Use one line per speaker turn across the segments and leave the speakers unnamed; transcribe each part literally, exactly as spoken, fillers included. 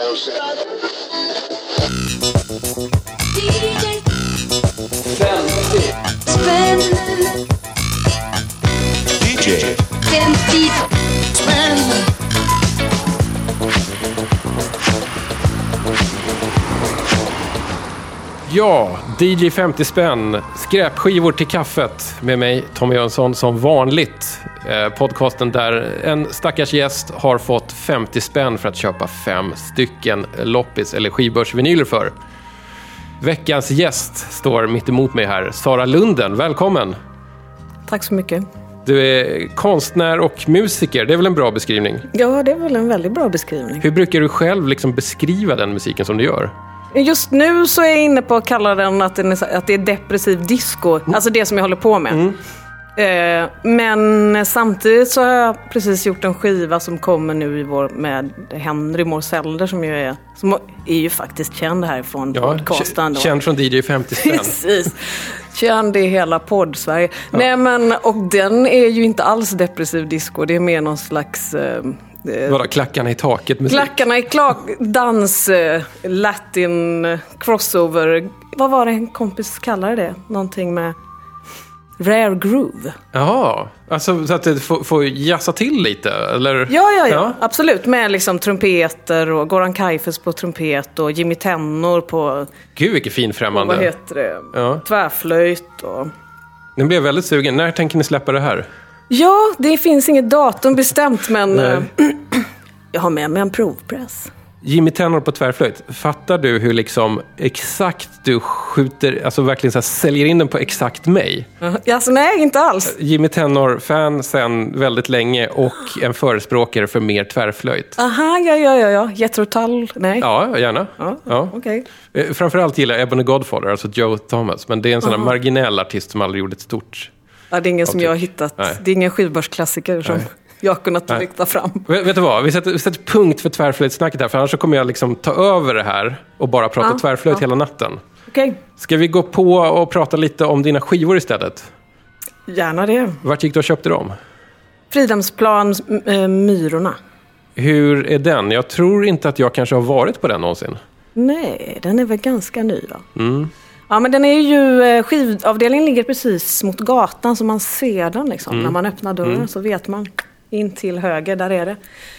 D J femtio spänn.
Ja, D J femtio spänn. Skräpskivor till kaffet med mig, Tommy Jönsson, som vanligt. Eh, podcasten där en stackars gäst har fått femtio spänn för att köpa fem stycken loppis eller skivbörsvinyler för. Veckans gäst står mitt emot mig här, Sara Lunden. Välkommen!
Tack så mycket.
Du är konstnär och musiker, det är väl en bra beskrivning?
Ja, det är väl en väldigt bra beskrivning.
Hur brukar du själv liksom beskriva den musiken som du gör?
Just nu så är jag inne på att kalla den att, den är, att det är depressiv disco. Mm. Alltså det som jag håller på med. Mm. Eh, men samtidigt så har jag precis gjort en skiva som kommer nu i vår med Henry Morselder som ju är, som är ju faktiskt känd härifrån ja, podcasten.
K- känd från D J femtio spänn.
Precis. Känd i hela podd-Sverige. Ja. Nej men, och den är ju inte alls depressiv disco. Det är mer någon slags... Eh,
Vadå, klackarna i taket musik?
Klackarna i klak, dans, latin, crossover. Vad var det en kompis kallade det? Någonting med rare groove.
Jaha, alltså så att det får, får jassa till lite, eller?
Ja, ja, ja, ja, absolut. Med liksom trumpeter och Goran Kaifes på trumpet och Jimmy Tenor på...
Gud, vilket fin främmande.
Vad heter det?
Ja.
Tvärflöjt och...
Den blev väldigt sugen. När tänker ni släppa det här?
Ja, det finns inget datum bestämt, men jag har med mig en provpress.
Jimmy Tenor på tvärflöjt. Fattar du hur liksom exakt du skjuter, alltså verkligen så här säljer in den på exakt mig?
Ja, alltså nej, inte alls.
Jimmy Tenor-fan sen väldigt länge och en förespråkare för mer tvärflöjt.
Aha, ja, ja, ja, ja. Jethro Tull, nej.
Ja, gärna.
Ja, ja. Okej.
Okay. Framförallt gillar jag Ebony Godfather, alltså Joe Thomas. Men det är en sån här marginell artist som aldrig gjorde ett stort...
Ja, det är ingen som jag har hittat. Nej. Det är ingen skivbörsklassiker som Nej. jag har kunnat lyfta fram.
Vet, vet du vad? Vi sätter, vi sätter punkt för tvärflöjtsnacket här. För annars så kommer jag liksom ta över det här och bara prata ja, tvärflöjt ja. hela natten.
Okej. Okay.
Ska vi gå på och prata lite om dina skivor istället?
Gärna det.
Vart gick du och köpte dem?
Fridhemsplan, äh, Myrorna.
Hur är den? Jag tror inte att jag kanske har varit på den någonsin.
Nej, den är väl ganska ny va?
Mm.
Ja, men den är ju, skivavdelningen ligger precis mot gatan så man ser den liksom. Mm. När man öppnar dörren mm. så vet man in till höger, där är det.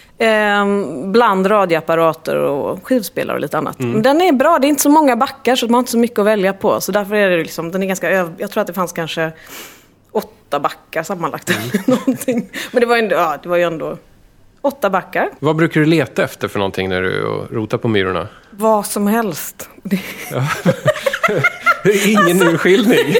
Ehm, bland radioapparater och skivspelare och lite annat. Mm. Men den är bra, det är inte så många backar så man har inte så mycket att välja på. Så därför är det liksom, den är ganska öv- jag tror att det fanns kanske åtta backar sammanlagt eller mm. någonting. Men det var, ändå, ja, det var ju ändå åtta backar.
Vad brukar du leta efter för någonting när du rotar på Myrorna?
Vad som helst.
Ja. Ingen alltså... urskiljning.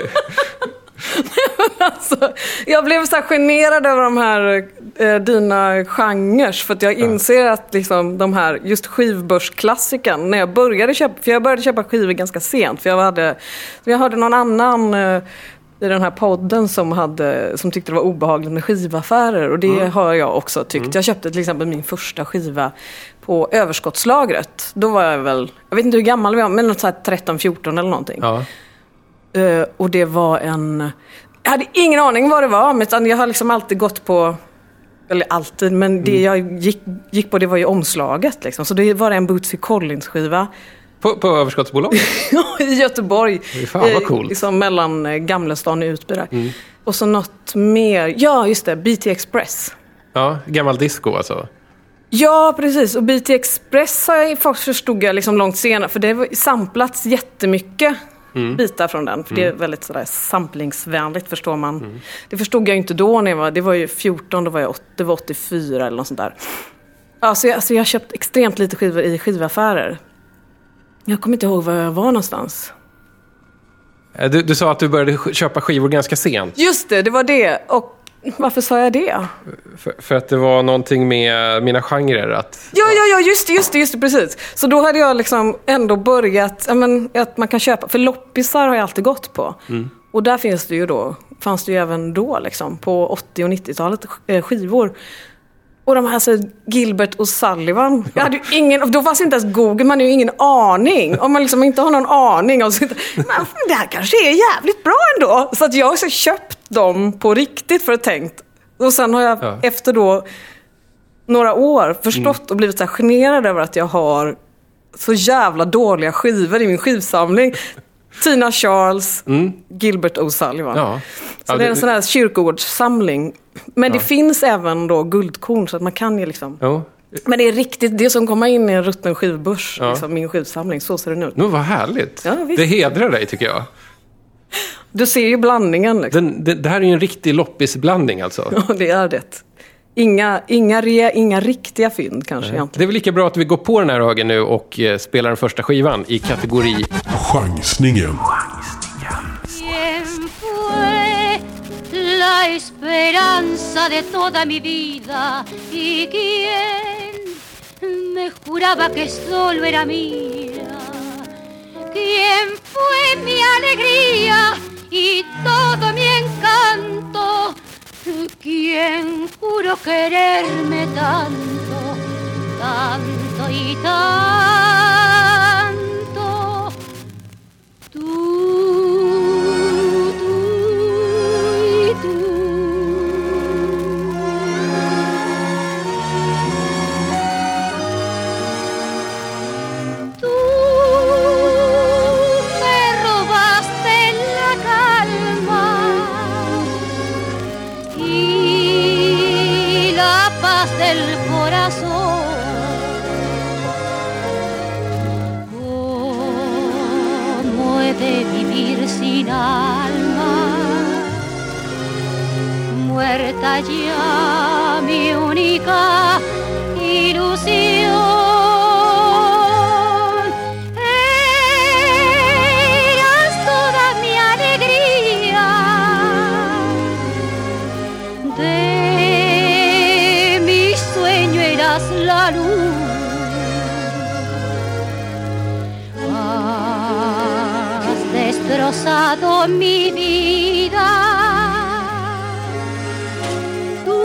alltså, jag blev så här generad över de här eh, dina genrer för att jag inser ja. att liksom, de här just skivbörsklassiken när jag började köpa, för jag började köpa skivor ganska sent för jag hade jag hörde någon annan eh, i den här podden som hade som tyckte det var obehagligt med skivaffärer och det mm. har jag också tyckt. Mm. Jag köpte till exempel min första skiva på överskottslagret. Då var jag väl, jag vet inte hur gammal vi var, men något så här tretton fjorton eller någonting.
Ja.
Uh, och det var en... Jag hade ingen aning vad det var, men jag har liksom alltid gått på... Eller alltid, men det mm. jag gick, gick på det var ju omslaget. Liksom. Så det var en Bootsy Collins-skiva.
På, på överskottsbolaget?
I Göteborg.
Fan vad coolt.
Liksom mellan Gamlestan och Utby där. Mm. Och så något mer... Ja, just det. B T Express.
Ja, gammal disco alltså.
Ja, precis. Och B T Express har jag förstod jag liksom långt senare. För det var samplats jättemycket mm. bitar från den. För mm. det är väldigt sådär samplingsvänligt, förstår man. Mm. Det förstod jag inte då när jag var... Det var ju fjorton, då var jag åttio, det var åttiofyra eller något sånt där. Alltså jag, alltså jag har köpt extremt lite skivor i skivaffärer. Jag kommer inte ihåg var jag var någonstans.
Du, du sa att du började köpa skivor ganska sent.
Just det, det var det. Och varför sa jag det?
För, för att det var någonting med mina genrer att...
Ja, ja, ja, just det, just det, just det, precis. Så då hade jag liksom ändå börjat... Ja, men, att man kan köpa... För loppisar har jag alltid gått på. Mm. Och där finns det ju då... Fanns det ju även då liksom, på åttio- och nittiotalet skivor. Och de här så Gilbert och Sullivan. Jag hade ju ingen, då fanns inte ens Google, man har ju ingen aning. Om man liksom inte har någon aning. Och så, men det här kanske är jävligt bra ändå. Så att jag har så köpt dem på riktigt för att tänkt. Och sen har jag ja. efter då några år förstått mm. och blivit så här generad över att jag har så jävla dåliga skivor i min skivsamling. Tina Charles, mm. Gilbert O'Sullivan. Ja. Så ja, det är en det... sån här kyrkogårdssamling. Men ja. det finns även då guldkorn så att man kan ju liksom... Ja. Men det är riktigt, det som kommer in i en rutten skivbörs, ja. liksom, min skivsamling, så ser det ut.
Nu, vad härligt. Ja, det hedrar dig tycker jag.
Du ser ju blandningen. Liksom.
Den, det, det här är ju en riktig loppisblandning alltså.
Ja, det är det. Inga, inga, re, inga riktiga fynd kanske egentligen.
Det är väl lika bra att vi går på den här högen nu och eh, spelar den första skivan i kategori
Chansningen.
La esperanza de toda mi vida y quien me juraba que solo era mía, quien fue mi alegría y todo mi encanto, quien juró quererme tanto, tanto y tanto, tú. Del corazón, ¿cómo he de vivir sin alma? Muerta ya mi única ilusión. Eras toda mi alegría. De la luz, has destrozado mi vida. Tú,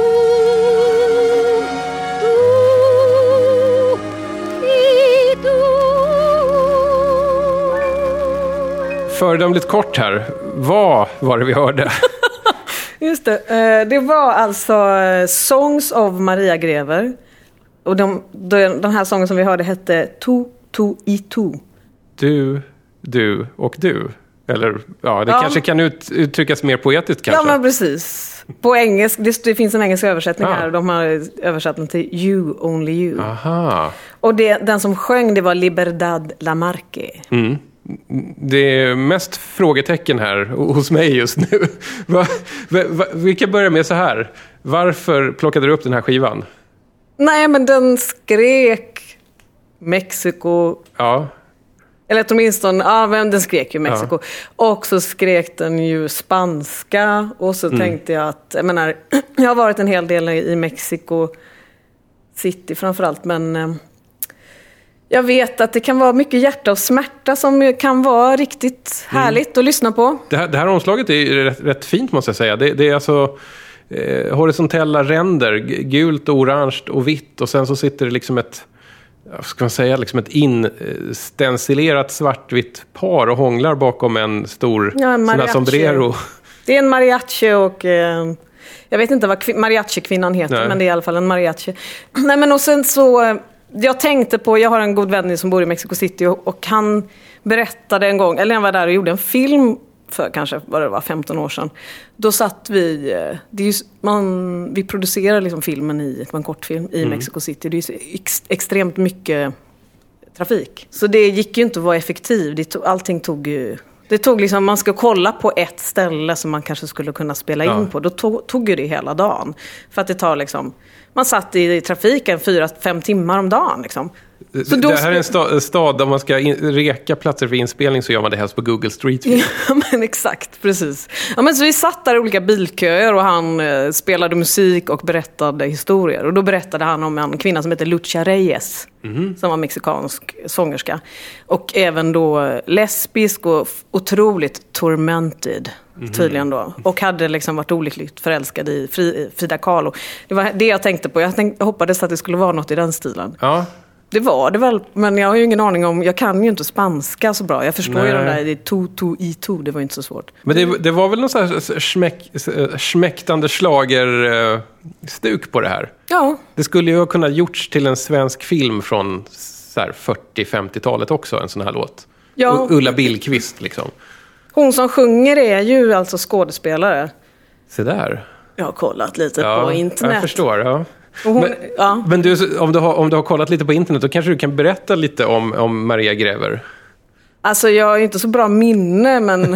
tú y tú.
Föredömligt kort här. Vad var det vi hörde?
Just det, det var alltså Songs of Maria Grever. Och de, den här sången som vi hörde hette Tu, Tu i Tu.
Du, du och du. Eller ja, det ja. kanske kan ut, uttryckas mer poetiskt kanske.
Ja, men precis. På engelska, det, det finns en engelsk översättning ja. här. De har översatt den till You, Only You.
Aha.
Och det, den som sjöng det var Liberdad Lamarque.
Mm. Det är mest frågetecken här hos mig just nu. va, va, va, vi kan börja med så här. Varför plockade du upp den här skivan?
Nej, men den skrek Mexiko.
Ja.
Eller åtminstone, ja, men den skrek ju Mexiko. Ja. Och så skrek den ju spanska. Och så mm. tänkte jag att, jag menar, jag har varit en hel del i Mexico City framförallt, men eh, jag vet att det kan vara mycket hjärta och smärta som kan vara riktigt härligt mm. att lyssna på.
Det här, det här omslaget är rätt, rätt fint måste jag säga. Det, det är alltså eh, horisontella ränder, gult och orange och vitt, och sen så sitter det liksom ett, ska man säga, liksom ett instencilerat svartvitt par och hånglar bakom en stor
ja, en
sån här sombrero.
Det är en mariachi och eh, jag vet inte vad kvin- mariachi-kvinnan heter. Nej. Men det är i alla fall en mariachi. Nej, men och sen så, jag tänkte på, jag har en god vän som bor i Mexico City och, och han berättade en gång, eller han var där och gjorde en film för kanske vad det var femton år sedan. Då satt vi, det är ju, man, vi producerar liksom filmen i en kortfilm i mm. Mexico City. Det är ju ex, extremt mycket trafik. Så det gick ju inte att vara effektiv. Det tog, allting tog ju, det tog liksom, man ska kolla på ett ställe som man kanske skulle kunna spela ja. in på. Då tog, tog ju det hela dagen. För att det tar liksom, man satt i, i trafiken fyra, fem timmar om dagen liksom.
Så det här är en stad, en stad där man ska in, reka platser för inspelning, så gör man det helst på Google Street View.
Ja, men exakt, precis. Ja, men så vi satt där i olika bilköer och han eh, spelade musik och berättade historier. Och då berättade han om en kvinna som heter Lucha Reyes, mm. som var mexikansk sångerska. Och även då lesbisk och otroligt tormented, mm. tydligen då. Och hade liksom varit olyckligt förälskad i Frida Kahlo. Det var det jag tänkte på. Jag, tänkte, jag hoppades att det skulle vara något i den stilen.
Ja.
Det var det väl, men jag har ju ingen aning om, jag kan ju inte spanska så bra. Jag förstår
Nej.
ju de där, det är to, to, i, to, det var inte så svårt.
Men det, det var väl någon sån här smäck, smäktande slager stuk på det här?
Ja.
Det skulle ju ha kunnat gjorts till en svensk film från så här fyrtio-femtiotalet också, en sån här låt.
Ja.
U- Ulla Billqvist liksom.
Hon som sjunger är ju alltså skådespelare.
Så där.
Jag har kollat lite
Ja,
på internet.
jag förstår, ja.
Och hon,
Men,
ja.
men du, om, du har, om du har kollat lite på internet, då kanske du kan berätta lite om, om Maria Grever.
Alltså jag har inte så bra minne, men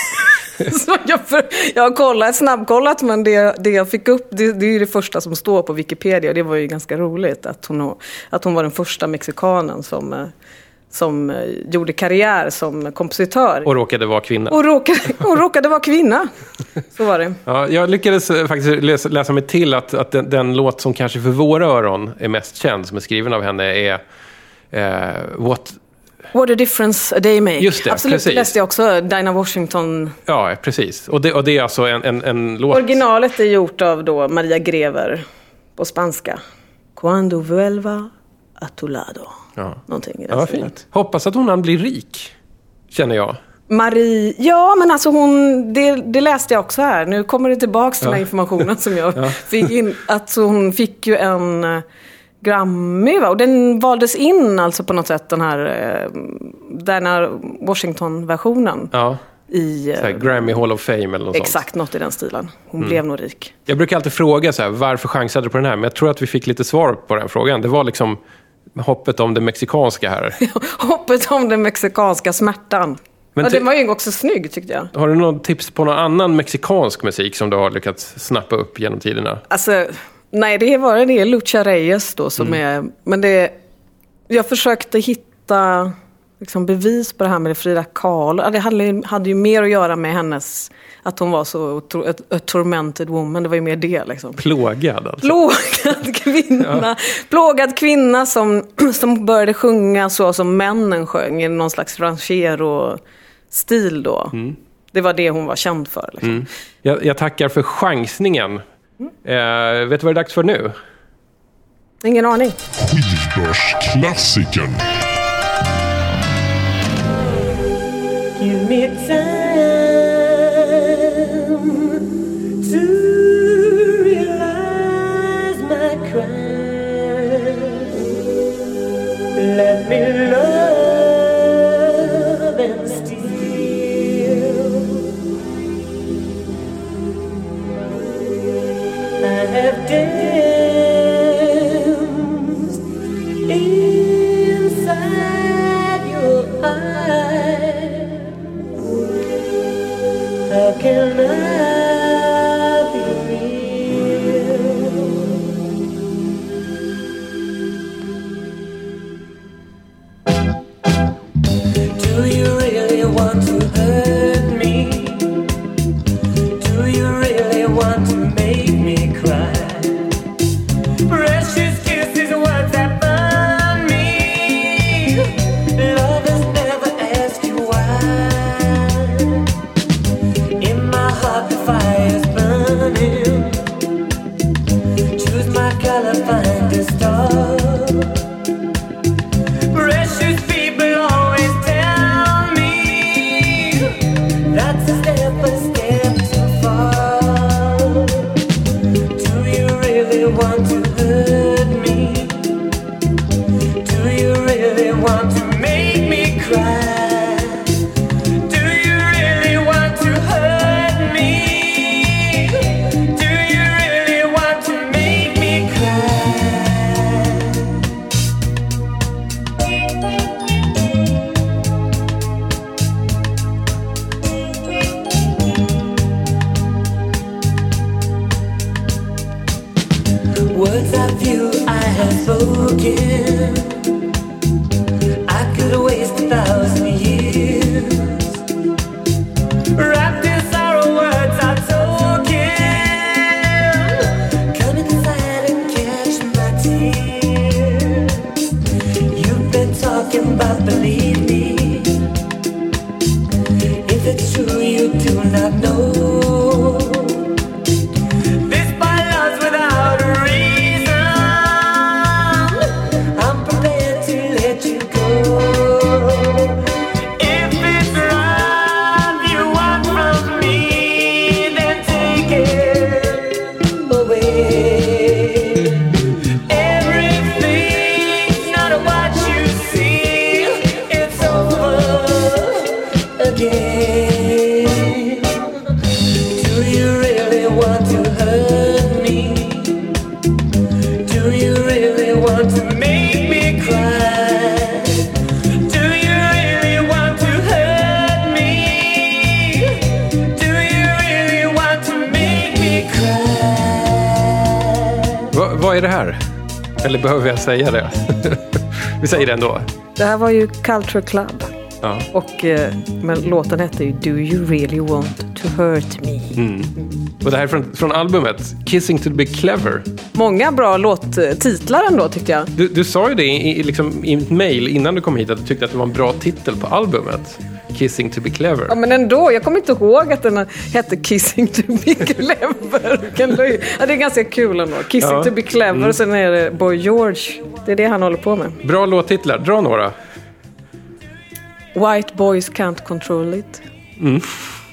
så jag, för, jag har kollat, snabbkollat, men det, det jag fick upp, det, det är ju det första som står på Wikipedia, och det var ju ganska roligt att hon, att hon var den första mexikanen som, som gjorde karriär som kompositör.
Och råkade vara kvinna.
Och råkade, och råkade vara kvinna. Så var det.
Ja, jag lyckades faktiskt läsa, läsa mig till att, att den, den låt som kanske för våra öron är mest känd, som är skriven av henne, är eh, What...
What a difference a day makes.
Just det,
absolut,
precis.
läste jag också Dinah Washington.
Ja, precis. Och det, och det är alltså en, en, en låt...
Originalet är gjort av då Maria Grever på spanska. Cuando vuelva a tu lado.
Ja,
Någonting i
ja
den
fint. Hoppas att hon han blir rik, känner jag.
Marie, ja men alltså hon, det, det läste jag också här. Nu kommer det tillbaks till
Ja.
den här informationen som jag
Ja.
fick in. Att hon fick ju en uh, Grammy, va? Och den valdes in alltså på något sätt, den här, uh, den här Washington-versionen.
Ja,
I,
så här, Grammy Hall of Fame eller något sånt.
exakt, något i den stilen. Hon blev nog rik.
Jag brukar alltid fråga så här, varför chansade du på den här? Men jag tror att vi fick lite svar på den frågan. Det var liksom hoppet om det mexikanska här.
Hoppet om den mexikanska smärtan.
Men
Ja,
ty-
den var ju också snygg tyckte jag.
Har du någon tips på någon annan mexikansk musik som du har lyckats snappa upp genom tiderna?
Alltså, nej det var det Lucha Reyes då som
Mm.
är, men det, jag försökte hitta liksom bevis på det här med Frida Kahlo. Det hade, hade ju mer att göra med hennes, att hon var så a, a tormented woman, det var ju mer det liksom.
Plågad alltså.
Plågad kvinna, ja. Plågad kvinna som, som började sjunga så som männen sjöng i någon slags ranchero-stil då. Mm. Det var det hon var känd för. Liksom.
Mm. Jag, jag tackar för chansningen. Mm. Eh, vet du vad det är dags för nu?
Ingen aning.
Skivbörsklassikern.
Give me time to realize my crime. Let me love and steal. I have danced inside your eyes. How can I be real? Do you really want to hurt me? Do you really want to make me cry? Precious kisses, words that burn me. Lovers never ask you why. In my heart the fire's burning. Choose my color, find a star. Precious people always tell me that's a step, a step too far. Do you really want to hurt me? Do you really want to make me cry? Do you really want to hurt me? Do you really want to make me cry? Words of you I have spoken, I could waste a thousand years. Wrapped in sorrow, words are token. Come inside and catch my tears. You've been talking about, believe me. If it's true, you do not know. This by love's without a reason. I'm prepared
vad är det här? Eller behöver jag säga det? Vi säger det ändå.
Det här var ju Culture Club.
Ja.
Och, eh, men låten hette ju Do You Really Want To Hurt Me.
Mm. Och det här är från, från albumet Kissing To Be Clever.
Många bra låttitlar ändå tyckte jag.
Du, du sa ju det i, i, liksom, i ett mejl innan du kom hit att du tyckte att det var en bra titel på albumet. Kissing To Be Clever.
Ja, men ändå, jag kommer inte ihåg att den hette Kissing To Be Clever. Ja, det är ganska kul ändå. Kissing
Ja.
To Be Clever
Mm.
och sen är det Boy George. Det är det han håller på med.
Bra låttitlar, dra några.
White Boys Can't Control It.
Mm.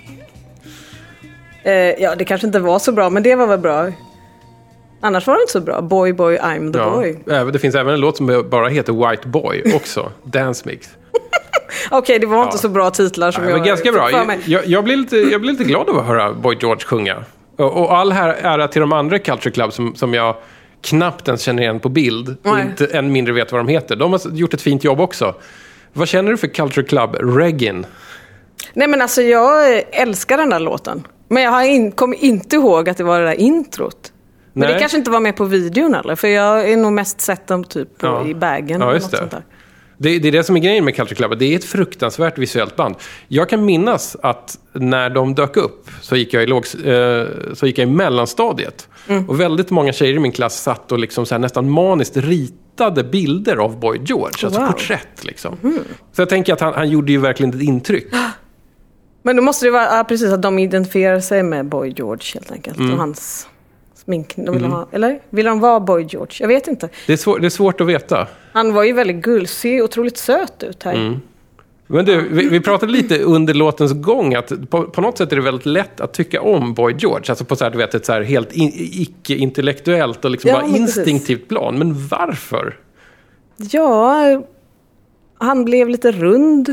Eh, ja, det kanske inte var så bra, men det var väl bra. Annars var det inte så bra. Boy, boy, I'm the
Ja.
boy.
Även- Det finns även en låt som bara heter White Boy också. Dance Mix.
Okej, det var inte
Ja.
så bra titlar som
Nej,
jag
men ganska bra.
fick för mig.
Jag, jag, blir lite, jag blir lite glad av att höra Boy George sjunga. Och, och all här ära till de andra Culture Club som, som jag knappt ens känner igen på bild. Och
Nej.
inte än mindre vet vad de heter. De har gjort ett fint jobb också. Vad känner du för Culture Club Reggin?
Nej, men alltså jag älskar den där låten. Men jag har in, kommer inte ihåg att det var det där introt. Men
Nej.
det kanske inte var med på videon eller? För jag är nog mest sett dem typ på,
Ja.
i bagen.
Ja,
eller
just
något
det.
sånt där.
Det, det är det som är grejen med Culture Club. Det är ett fruktansvärt visuellt band. Jag kan minnas att när de dök upp så gick jag i, lågs, eh, så gick jag i mellanstadiet.
Mm.
Och väldigt många tjejer i min klass satt och liksom så här nästan maniskt ritade bilder av Boy George. Alltså
Wow.
porträtt liksom. Så jag tänker att han, han gjorde ju verkligen ett intryck.
Men då måste det vara ja, precis att de identifierar sig med Boy George helt enkelt.
Mm.
Och hans smink. De vill ha, eller? Vill de vara Boy George? Jag vet inte.
Det är, svår, det är svårt att veta.
Han var ju väldigt gullig. Ser otroligt söt ut här.
Mm. Men du, vi, vi pratade lite under låtens gång att på, på något sätt är det väldigt lätt att tycka om Boy George. Alltså på så här, du vet, ett så här helt in, icke-intellektuellt och liksom
Ja,
bara
men precis.
instinktivt plan. Men varför?
Ja, han blev lite rund.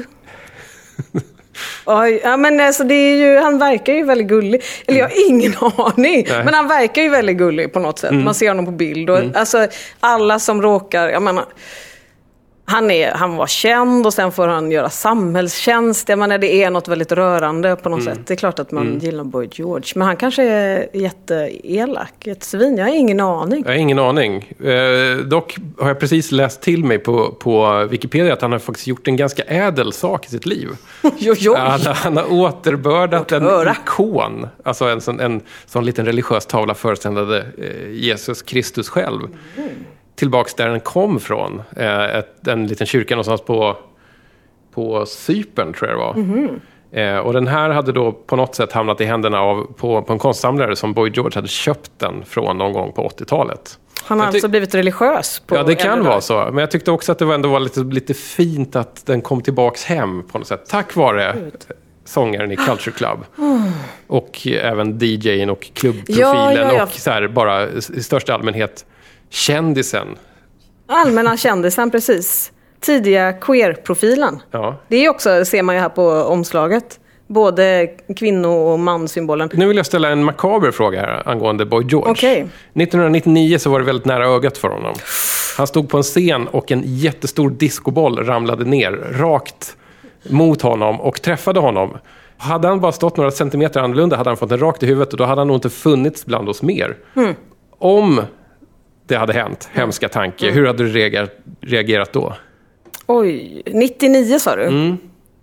Oj, ja, men alltså det är ju, han verkar ju väldigt gullig. Eller jag har ingen aning.
Nej.
Men han verkar ju väldigt gullig på något sätt. Man ser honom på bild. Och, alltså, alla som råkar... Jag menar, han, är, han var känd och sen får han göra samhällstjänst. Jag menar, det är något väldigt rörande på något sätt. Det är klart att man gillar Boy George. Men han kanske är jätteelak. Ett svin. Jag har ingen aning.
Jag har ingen aning. Eh, dock har jag precis läst till mig på, på Wikipedia att han har faktiskt gjort en ganska ädel sak i sitt liv.
Jo, jo.
Han, han har återbördat en
höra.
ikon. Alltså en sån, en sån liten religiös tavla föreställande eh, Jesus Kristus själv. Tillbaks där den kom från. Eh, ett, en liten kyrka någonstans på, på Cypern tror jag det var.
Mm.
Eh, och den här hade då på något sätt hamnat i händerna av, på, på en konstsamlare som Boy George hade köpt den från någon gång på åttiotalet.
Han har
Jag ty-
alltså blivit religiös. På
Ja, det kan
äldre
vara
dagar.
så. Men jag tyckte också att det var ändå var lite, lite fint att den kom tillbaks hem på något sätt. Tack vare sångaren i Culture Club. Och även D J:n och klubbprofilen
Ja, ja, ja.
och så här, bara i största allmänhet kändisen.
Allmänna kändisen, precis. Tidiga queer-profilen.
Ja.
Det är ju också, ser man ju här på omslaget. Både kvinno- och mansymbolen.
Nu vill jag ställa en makaber fråga här angående Boy George.
Okej.
nittonhundranittionio så var det väldigt nära ögat för honom. Han stod på en scen och en jättestor discoboll ramlade ner rakt mot honom och träffade honom. Hade han bara stått några centimeter annorlunda hade han fått en rakt i huvudet och då hade han nog inte funnits bland oss mer.
Mm.
Om det hade hänt, hemska tanke, hur hade du reagerat, reagerat då?
Oj, nittionio sa du?
Mm.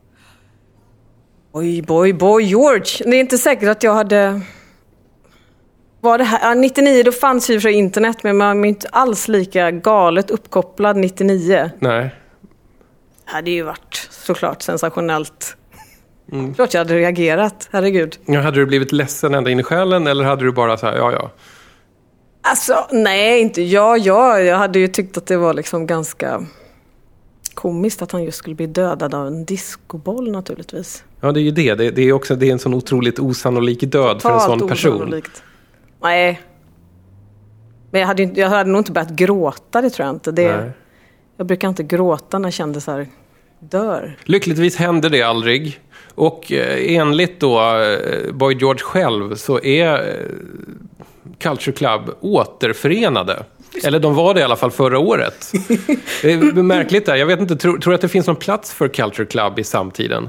Oj, boy, boy, George. Det är inte säkert att jag hade... Var det här? Ja, nittionio, då fanns ju för sig internet, men man är inte alls lika galet uppkopplad nittionio.
Nej.
Det hade ju varit såklart sensationellt.
Mm.
Klart jag hade reagerat, herregud.
Ja, hade du blivit ledsen ända in i själen eller hade du bara så här, ja ja.
Alltså, nej, inte jag. Jag, jag hade ju tyckt att det var liksom ganska komiskt att han just skulle bli dödad av en discoboll naturligtvis.
Ja, det är ju det. Det, det är också det är en sån otroligt osannolik död för en
Totalt
sån person.
osannolikt. Nej. Men jag hade, ju inte- jag hade nog inte börjat gråta, det tror jag inte. Det,
Nej.
jag brukar inte gråta när kändisar dör.
Lyckligtvis hände det aldrig. Och eh, enligt då eh, Boy George själv så är eh, Culture Club återförenade. Eller de var det i alla fall förra året. Det är märkligt där. Jag vet inte, tror, tror du att det finns någon plats för Culture Club i samtiden?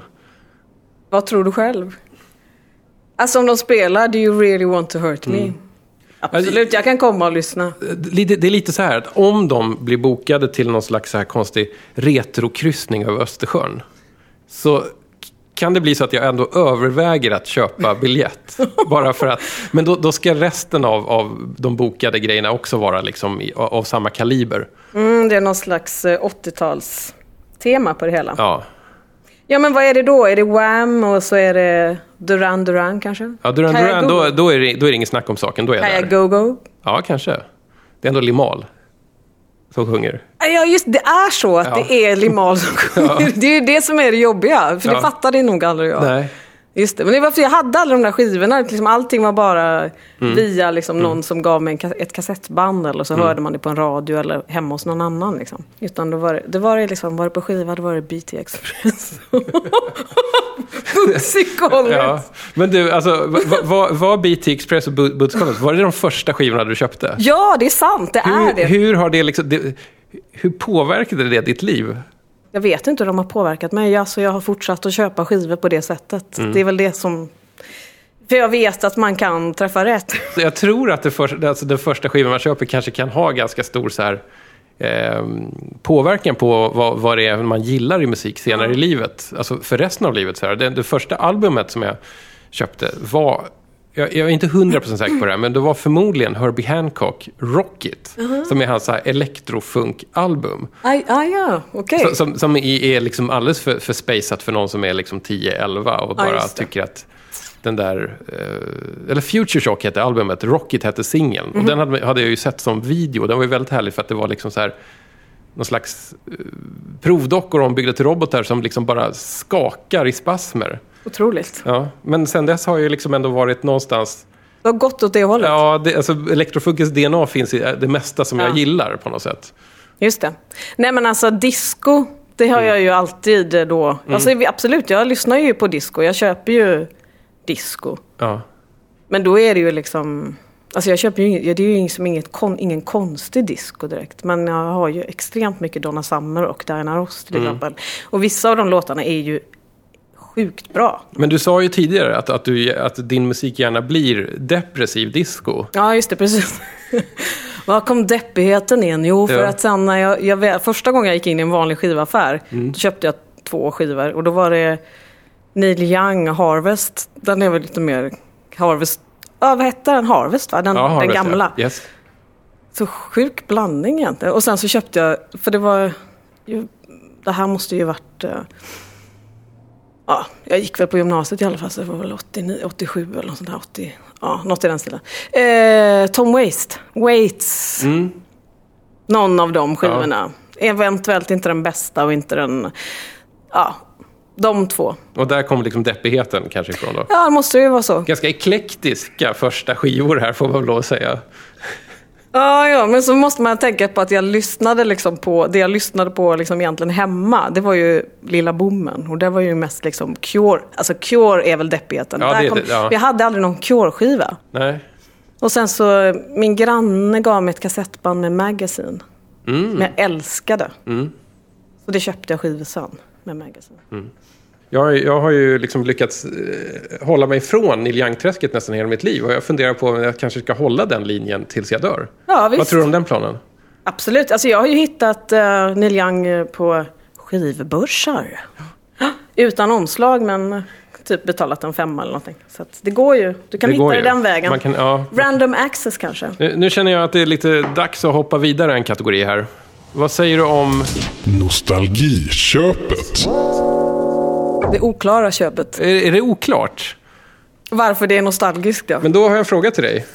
Vad tror du själv? Alltså om de spelar Do You Really Want To Hurt Me? Absolut, jag kan komma och lyssna.
Det, det är lite så här att om de blir bokade till någon slags så här konstig retrokryssning över Östersjön, så kan det bli så att jag ändå överväger att köpa biljett. Bara för att, men då, då ska resten av, av de bokade grejerna också vara liksom i, av, av samma kaliber.
Mm, det är någon slags åttio-tals tema på det hela.
Ja.
Ja, men vad är det då? Är det Wham och så är det Duran Duran kanske?
Ja, Duran
Kaya
Duran,
Go-Go?
då, då, är det, då är det ingen snack om saken. Då är jag
Kaya
där.
Go-Go?
Ja, kanske. Det är ändå Limahl som sjunger.
Ja, just det är så att
Ja.
det är Limahl som sjunger.
Ja.
Det är ju det som är det jobbiga, för
Ja.
det fattade nog aldrig jag.
Nej.
Just det, men det var för jag hade alla de där skivorna, liksom allting var bara
Mm.
via liksom någon som gav mig en, ka- ett kassettband eller så hörde man det på en radio eller hemma hos någon annan liksom. Utan då var det, det var det liksom, var det på skiva, då var det B T Express. Bussikollet.
Ja. Men du, alltså, var, var, var B T Express och Bu- Budskollet, var det de första skivorna du köpte?
Ja, det är sant, det är
Hur,
det.
hur har det liksom, det, hur påverkade det ditt liv?
Jag vet inte hur de har påverkat mig. Alltså, jag har fortsatt att köpa skivor på det sättet.
Mm.
Det är väl det som... För jag vet att man kan träffa rätt.
Så jag tror att det för, alltså den första skivan man köper kanske kan ha ganska stor så här, eh, påverkan på vad, vad det är man gillar i musik senare i livet. Alltså för resten av livet. Så här. Det, det första albumet som jag köpte var... Jag, jag är inte hundra procent säker på det här, men det var förmodligen Herbie Hancock Rockit, uh-huh. som är hans så här elektrofunk-album.
Aj, aj, ja, okej.
Så, som som är, är liksom alldeles för, för spacet för någon som är liksom tio elva och bara
Ja,
tycker att den där... Eh, eller Future Shock hette albumet, Rockit hette singeln.
Mm-hmm.
Och den hade, hade jag ju sett som video. Den var ju väldigt härlig för att det var liksom så här... någon slags eh, provdockor ombyggda till robotar som liksom bara skakar i spasmer.
Otroligt.
Ja, men sen dess har jag liksom ändå varit någonstans...
Det har gått åt det hållet.
Ja, det, alltså elektrofunkens D N A finns i det mesta som
Ja.
jag gillar på något sätt.
Just det. Nej, men alltså disco, det har jag ju alltid då.
Mm.
Alltså absolut, jag lyssnar ju på disco. Jag köper ju disco.
Ja.
Men då är det ju liksom... Alltså jag köper ju inget, det är ju liksom inget kon, ingen konstig disco direkt. Men jag har ju extremt mycket Donna Summer och Diana Ross till exempel. Och vissa av de låtarna är ju sjukt bra.
Men du sa ju tidigare att, att, du, att din musik gärna blir depressiv disco.
Ja, just det, precis. Var kom deppigheten in? Jo, för
Ja.
att sen när jag, jag... Första gången jag gick in i en vanlig skivaffär,
Mm.
då köpte jag två skivor. Och då var det Neil Young, Harvest. Den är väl lite mer... Harvest... Ja, vad hette den? Harvest, va? Den,
Ja, Harvest,
den gamla.
Ja. Yes.
Så sjuk blandning egentligen. Och sen så köpte jag... För det var... Ju, det här måste ju varit... Uh, ja, jag gick väl på gymnasiet i alla fall. Så det var väl åttionio, åttiosju eller något sånt där. åttio, ja, något i den stilen. Eh, Tom Waits. Waits.
Mm.
Någon av de skivorna. Eventuellt inte den bästa och inte den... Ja, de två.
Och där kom liksom deppigheten kanske ifrån då.
Ja, det måste ju vara så.
Ganska eklektiska första skivor här får man väl lov att säga.
Ja, ja, men så måste man tänka på att jag lyssnade liksom på, det jag lyssnade på liksom egentligen hemma, det var ju Lilla Bommen. Och det var ju mest liksom Cure, alltså Cure är väl deppigheten.
Ja,
Där
det är
kom,
det, ja.
Vi hade aldrig någon Cure-skiva.
Nej.
Och sen så, min granne gav mig ett kassettband med Magazine.
Mm.
Men jag älskade.
Mm.
Så det köpte jag skivor sen med Magazine.
Mm. Jag, jag har ju liksom lyckats eh, hålla mig från Neil Young-träsket nästan hela mitt liv. Och jag funderar på om jag kanske ska hålla den linjen tills jag dör.
Ja, visst.
Vad tror du om den planen?
Absolut. Alltså jag har ju hittat uh, Neil Young på skivbörsar. Utan omslag, men typ betalat en femma eller någonting. Så att det går ju. Du kan
Det
hitta
går
det
ju.
den vägen.
Man kan, ja.
Random access kanske.
Nu, nu känner jag att det är lite dags att hoppa vidare en kategori här. Vad säger du om...
Nostalgiköpet.
Det oklara köpet.
Är, är det oklart?
Varför det är nostalgiskt då?
Men då har jag en fråga till dig.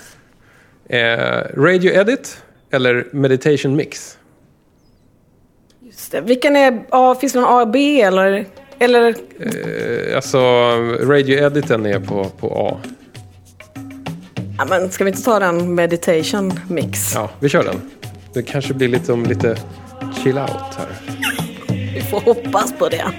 Eh, Radio Edit eller Meditation Mix?
Just det. Vilken är... Ja, finns det någon A och B eller... Eller...
Eh, alltså, Radio Editen är på, på A.
Ja, men ska vi inte ta den meditation mix?
Ja, vi kör den. Det kanske blir lite om lite chill out här.
Vi får hoppas på det.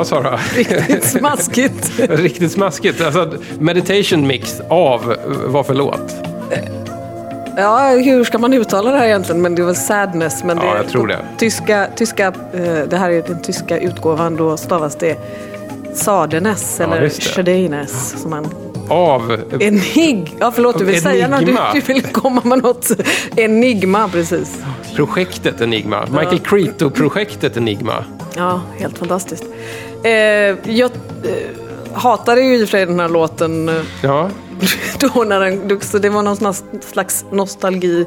Ja, Sara.
Riktigt smaskigt.
Riktigt smaskigt. Alltså, meditation mix av vad för låt?
Ja, hur ska man uttala det här egentligen? Men det är väl sadness. Men det
Ja,
är
jag tror det.
Tyska, tyska, eh, det här är den tyska utgåvan, då stavas det Sadenes
Ja,
eller
just det.
Shadenes som man...
Av...
Enig... Ja, förlåt, du vill säga något. Du,
Enigma.
du vill komma med något. Enigma, precis.
Projektet Enigma. Michael Creto-projektet Enigma.
Ja, helt fantastiskt. Eh, jag eh, hatade ju i och för sig den här låten eh,
Ja.
då när den, så det var någon slags nostalgi.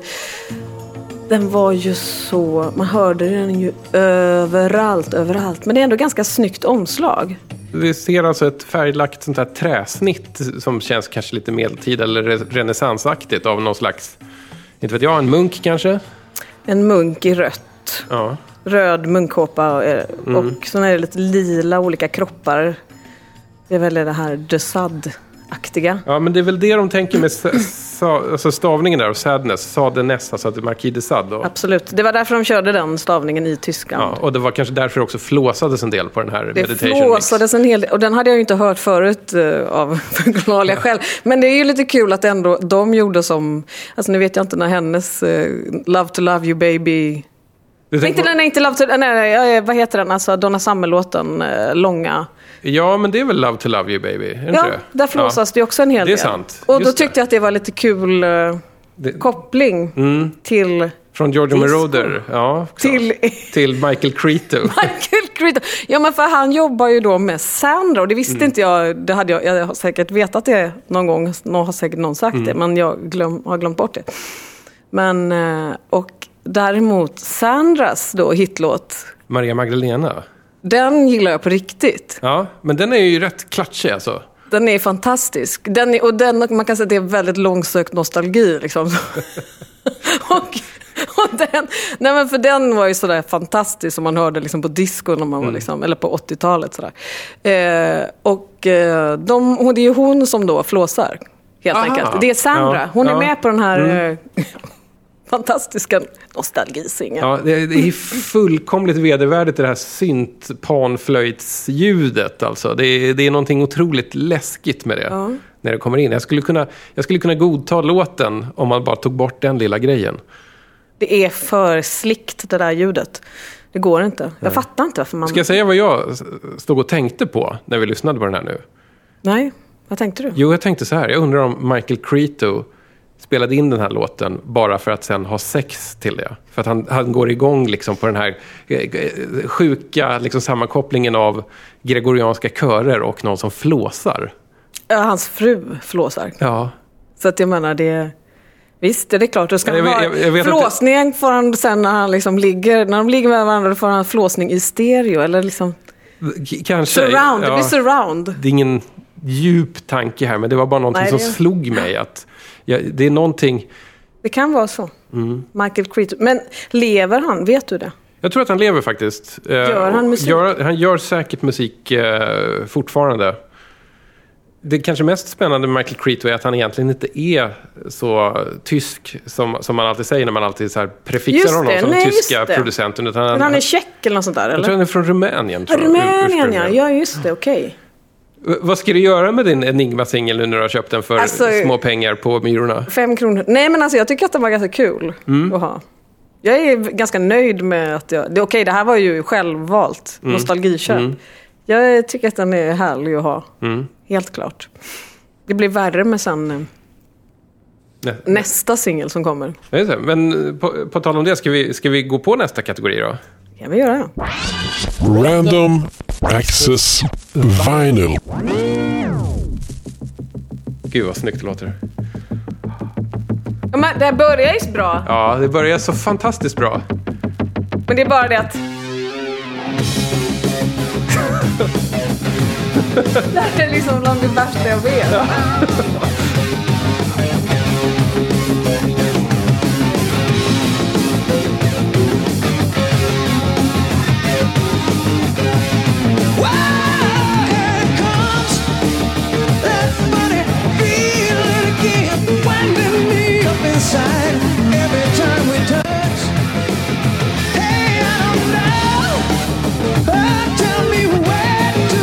Den var ju så, man hörde den ju överallt, överallt. Men det är ändå ganska snyggt omslag.
Vi ser alltså ett färglagt sånt här träsnitt som känns kanske lite medeltid eller re- renässansaktigt av någon slags, inte vet jag, en munk kanske?
En munk i rött.
Ja.
Röd munkkåpa och,
Mm.
och så är det lite lila olika kroppar. Det är väl det här de Sade-aktiga.
Ja, men det är väl det de tänker med sa, sa, alltså stavningen där, och sadness, Sadenes, alltså att det är Marquis de Sade. Och,
Absolut. Det var därför de körde den stavningen i Tyskland.
ja, och det var kanske därför också flåsades en del på den här
Det
meditation mix.
flåsades en hel del, och den hade jag ju inte hört förut uh, av förklarliga skäl. Men det är ju lite kul att ändå de gjorde som, alltså nu vet jag inte när hennes uh, Love to Love You Baby...
Du tänker
Inte,
på-
nej, inte Love to, nej, vad heter den? Alltså Donna Summer-låten, uh, långa.
Ja, men det är väl Love to Love You Baby, är det inte
Ja,
det?
där flåsas det ju också en hel
Det är
del.
sant.
Och då
Just
tyckte jag att det var lite kul uh,
Det-
koppling till...
Från Giorgio
Disco.
Moroder, ja. också.
Till...
Till Michael Creto.
Michael Creto. Ja, men för han jobbar ju då med Sandra, och det visste inte jag. Det hade jag, jag har säkert vetat det någon gång. Någon har säkert någon sagt det, men jag glöm, har glömt bort det. Men, eh, och däremot Sandras då hitlåt,
Maria Magdalena.
den gillar jag på riktigt.
Ja, men den är ju rätt klatschig alltså.
Den är fantastisk. Den är, och den, man kan säga att det är väldigt långsökt nostalgi liksom. och, och den, nej men för den var ju sådär fantastisk som man hörde liksom på disco när man var liksom, eller på åttiotalet sådär. Eh, och eh, de, och det är ju hon som då flåsar helt
Aha.
enkelt. Det är Sandra.
Ja,
Hon är
ja.
med på den här eh, fantastiska nostalgisingen.
Ja, det, det är fullkomligt vedervärdigt det här synt-panflöjtsljudet alltså. Det är, det är någonting otroligt läskigt med det
Ja.
när det kommer in. Jag skulle, kunna, jag skulle kunna godta låten om man bara tog bort den lilla grejen.
Det är för slickt det där ljudet. Det går inte. Jag fattar inte varför man...
Ska jag säga vad jag stod och tänkte på när vi lyssnade på den här nu?
Nej, vad tänkte du?
Jo, jag tänkte så här. Jag undrar om Michael Creto spelade in den här låten bara för att sen ha sex till det. För att han, han går igång liksom på den här eh, sjuka liksom sammankopplingen av gregorianska körer och någon som flåsar.
Ja, hans fru flåsar.
Ja.
Så att jag menar, det... Visst, det är klart. Det ska
Jag vet-
vara...
jag- jag vet
flåsning får han sen när han liksom ligger... När de ligger med varandra får han flåsning i stereo. Eller liksom...
K- Kanske.
Surround. Det
ja,
blir surround.
det är ingen djup tanke här, men det var bara någonting
Nej,
som
det-
slog mig. Att ja, det är någonting...
Det kan vara så.
Mm.
Michael Creto. Men lever han? Vet du det?
Jag tror att han lever faktiskt. Eh,
Gör han
och
musik?
Gör, han gör säkert musik eh, fortfarande. Det kanske mest spännande med Michael Creto är att han egentligen inte är så tysk som, som man alltid säger när man alltid så här prefixar
Just
honom
det,
som
nej,
den
just
tyska
det.
producenten. Utan han,
Men han är tjeck eller något sånt där,
jag tror
eller?
han är från Rumänien. Tror jag,
Rumänien, ja.
ursprungligen.
Ja, just det. Okej.
V- Vad ska du göra med din Enigma-singel nu när du har köpt den för
Alltså-
små pengar på Myrorna?
Fem kronor. Nej, men alltså jag tycker att den var ganska kul
Mm.
att ha. Jag är ganska nöjd med att jag... Det, okej, det här var ju självvalt.
Mm.
Nostalgiköp. Jag tycker att den är härlig att ha.
Mm.
Helt klart. Det blir värre med sen eh,
Nej.
nästa singel som kommer.
Ja, just det. Men på, på tal om det, ska vi, ska vi gå på nästa kategori då?
Kan vi göra.
Random Access Vinyl.
Gud vad snyggt det låter.
Ja, men det här börjar ju bra.
Ja, det börjar så fantastiskt bra.
Men det är bara det att... det här är liksom bland det värsta jag vet.
Tell me where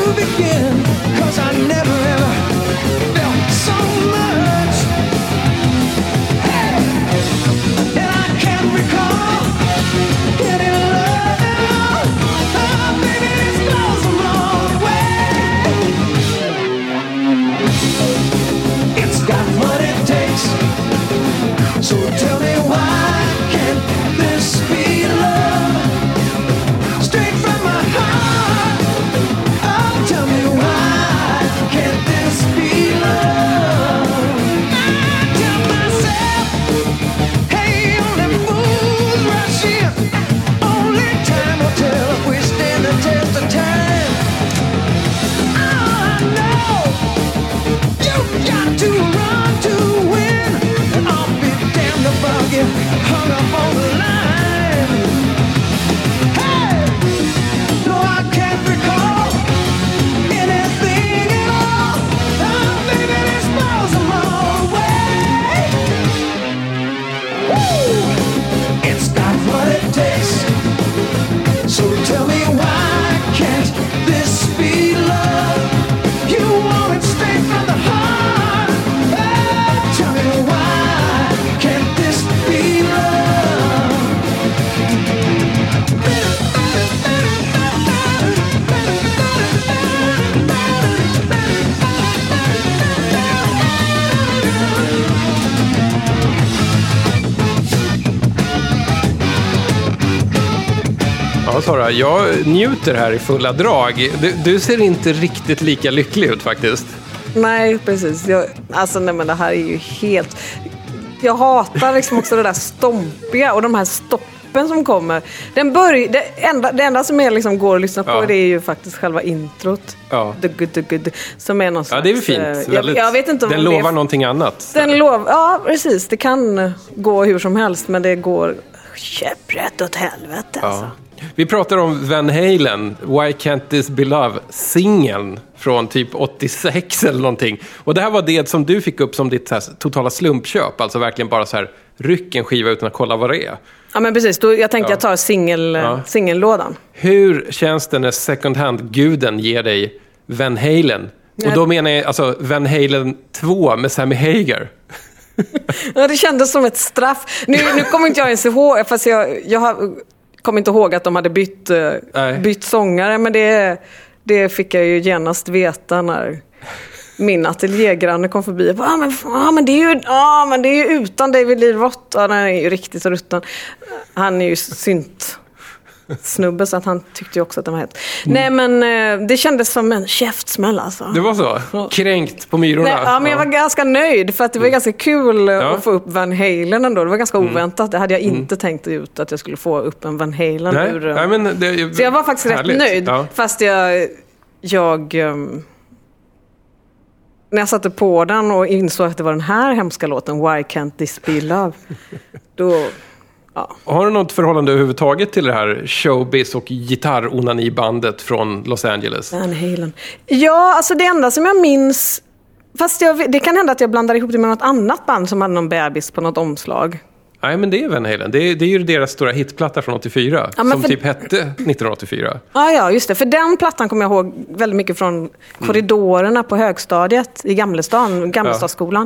Ja, Sara, jag njuter här i fulla drag. Du, du ser inte riktigt lika lycklig ut faktiskt.
Nej, precis. Jag, alltså, nej, men det här är ju helt... Jag hatar liksom också det där stompiga och de här stoppen som kommer. Den börj... det, enda, det enda som är liksom går att lyssna på ja. det är ju faktiskt själva introt.
Ja.
The good, the good, som är någon slags,
ja, det är väl fint.
Jag, jag vet inte om
den
det
lovar
är,
någonting annat.
Den lov, ja, precis. Det kan gå hur som helst, men det går käpprätt åt helvete.
Ja.
Alltså.
Vi pratar om Van Halen, Why Can't This Be Love, singeln från typ åttiosex eller någonting. Och det här var det som du fick upp som ditt så här, totala slumpköp, alltså verkligen bara så här ryck en skiva utan att kolla vad det är.
Ja, men precis. Då, jag tänkte
ja.
jag tar singel,
ja.
singellådan.
Hur känns det när second hand-guden ger dig Van Halen? Nej. Och då menar jag alltså Van Halen två med Sammy Hagar.
Ja, det kändes som ett straff. Nu, nu kommer inte jag ens ihåg, fast jag, jag har... kommer inte ihåg att de hade bytt, uh, bytt sångare, men det, det fick jag ju genast veta när min ateljégranne kom förbi. Ja, ah, men, ah, men, det är ju, ah, men det är ju utan David Lee Roth. Ah, han är ju riktigt rutten. Han är ju synt snubbe, så att han tyckte ju också att det var helt. Mm. Nej, men det kändes som en käftsmäll alltså.
Det var så? Kränkt på myrorna?
Nej, ja, men jag var ja. ganska nöjd, för att det var ganska kul ja. att få upp Van Halen ändå. Det var ganska oväntat. Det hade jag inte mm. tänkt ut, att jag skulle få upp en Van Halen.
Nej.
Ur,
Nej, men det,
så jag var faktiskt härligt. Rätt nöjd.
Ja.
Fast jag... jag um, när jag satte på den och insåg att det var den här hemska låten, Why Can't This Be Love, då... Ja.
Har du något förhållande överhuvudtaget till det här showbiz och gitarr-onani-bandet från Los Angeles?
Van Halen. Ja, alltså det enda som jag minns... Fast jag, det kan hända att jag blandar ihop det med något annat band som hade någon bebis på något omslag.
Nej, men det är Van Halen. Det är, det är ju deras stora hitplatta från åttiofyra. Ja, som för... typ hette nittonhundraåttiofyra.
Ja, ja, just det. För den plattan kommer jag ihåg väldigt mycket från mm. korridorerna på högstadiet i Gamlestan, Gamlestadsskolan.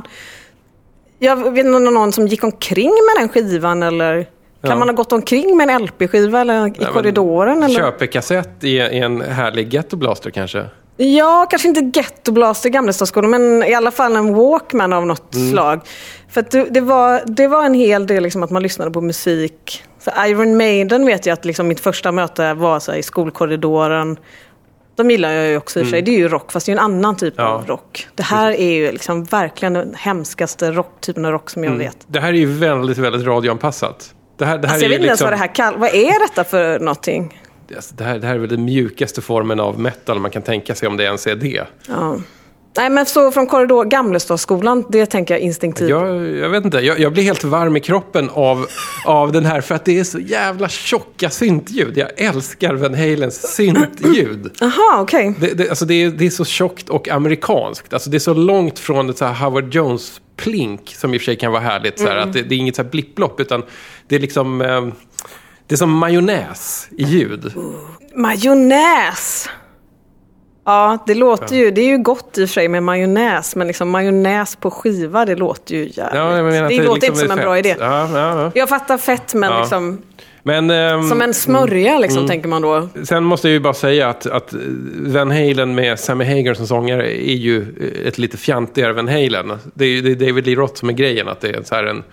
Jag vet inte om någon som gick omkring med den skivan, eller... Kan ja. man ha gått omkring med en L P-skiva eller i ja, korridoren? Eller?
Köpekassett i, i en härlig ghettoblaster kanske?
Ja, kanske inte ghettoblaster i Gamlestadsskolan, men i alla fall en Walkman av något mm. slag. För att det, det, var, det var en hel del liksom, att man lyssnade på musik. Så Iron Maiden vet jag att liksom, mitt första möte var så här, i skolkorridoren. De gillar jag ju också i och för sig. Mm. Det är ju rock, fast det är en annan typ ja. av rock. Det här är ju liksom verkligen den hemskaste rock, typen av rock som jag mm. vet.
Det här är ju väldigt, väldigt radioanpassat. Det här, det här
alltså, jag
är
vet inte
liksom...
ens vad det här kallar. Vad är detta för någonting?
Det här, det här är väl den mjukaste formen av metal man kan tänka sig, om det ens är det.
Ja. Nej, men så från korridor, Gamlestadsskolan, det tänker jag instinktivt.
Jag, jag vet inte, jag, jag blir helt varm i kroppen av, av den här, för att det är så jävla tjocka syntljud. Jag älskar Van Halens syntljud.
Aha, okej.
Okay. Det, det, alltså det, är, det är så tjockt och amerikanskt. Alltså det är så långt från ett så här Howard Jones plink, som i och för sig kan vara härligt. Så här, mm. att det, det är inget så här blipplopp, utan det är liksom... Eh, det är som majonnäs i ljud. Uh,
majonnäs! Ja, det låter ja. ju, det är ju gott i och för sig med majonnäs, men liksom majonnäs på skiva, det låter ju jävligt. Ja, det
det
låter
liksom
inte som en
fett.
bra idé.
Ja, ja, ja.
Jag fattar fett, men ja. liksom...
Men, um,
som en smörja liksom, mm. tänker man då.
Sen måste jag ju bara säga att, att Van Halen med Sammy Hagar som sångare är ju ett lite fjantigare Van Halen. Det är ju det är David Lee Roth som är grejen, att det är så här en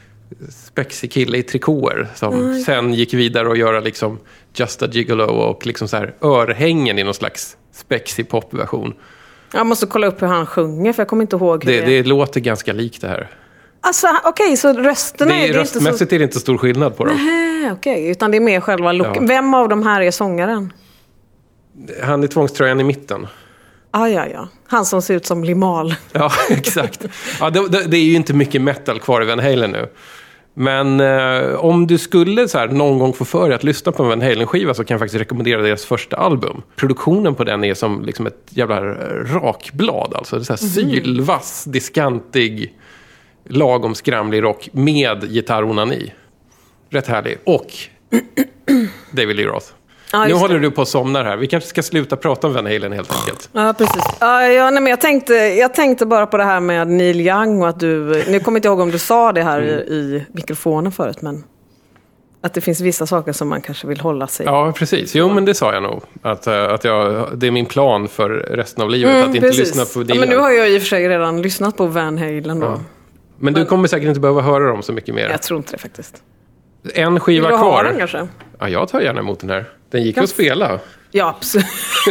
spexig kille i trikåer som mm. sen gick vidare och göra liksom Just a Gigolo och liksom så här örhängen i någon slags spexig popversion.
Jag måste kolla upp hur han sjunger, för jag kommer inte ihåg hur
det,
det,
det låter ganska likt det här.
Alltså, okej, okay, så rösterna
det är,
är... Det
röstmässigt är, så... är det inte stor skillnad på dem.
Nej, okej, okay, utan det är mer själva look. Ja. Vem av de här är sångaren?
Han är tvångströjan i mitten.
Ah, ja, ja. Han som ser ut som Limal.
Ja, exakt. Ja, det, det, det är ju inte mycket metal kvar i Van Halen nu. Men eh, om du skulle så här, någon gång få för dig att lyssna på en Van Halen-skiva, så kan jag faktiskt rekommendera deras första album. Produktionen på den är som liksom ett jävla rakblad. Alltså det är så här sylvass, diskantig, lagom skramlig rock med gitarronani. Rätt härlig. Och David Lee Roth. Ja, nu håller det. Du på att somna här. Vi kanske ska sluta prata om Van Halen helt enkelt.
Ja, precis. Ja, ja, nej, men jag, tänkte, jag tänkte bara på det här med Neil Young och att du... Nu kommer inte ihåg om du sa det här mm. i, i mikrofonen förut, men att det finns vissa saker som man kanske vill hålla sig.
Ja, precis. Jo, men det sa jag nog. Att, att jag, det är min plan för resten av livet, mm, att inte precis. lyssna på Dylan.
Ja, men nu har jag i och för sig redan lyssnat på Van Halen då. Ja.
Men, men du kommer säkert inte behöva höra dem så mycket mer.
Jag tror inte det faktiskt.
En skiva
vill du
kvar.
Ha den, kanske?
Ja, jag tar gärna emot den här. Den gick att spela.
Ja, absolut.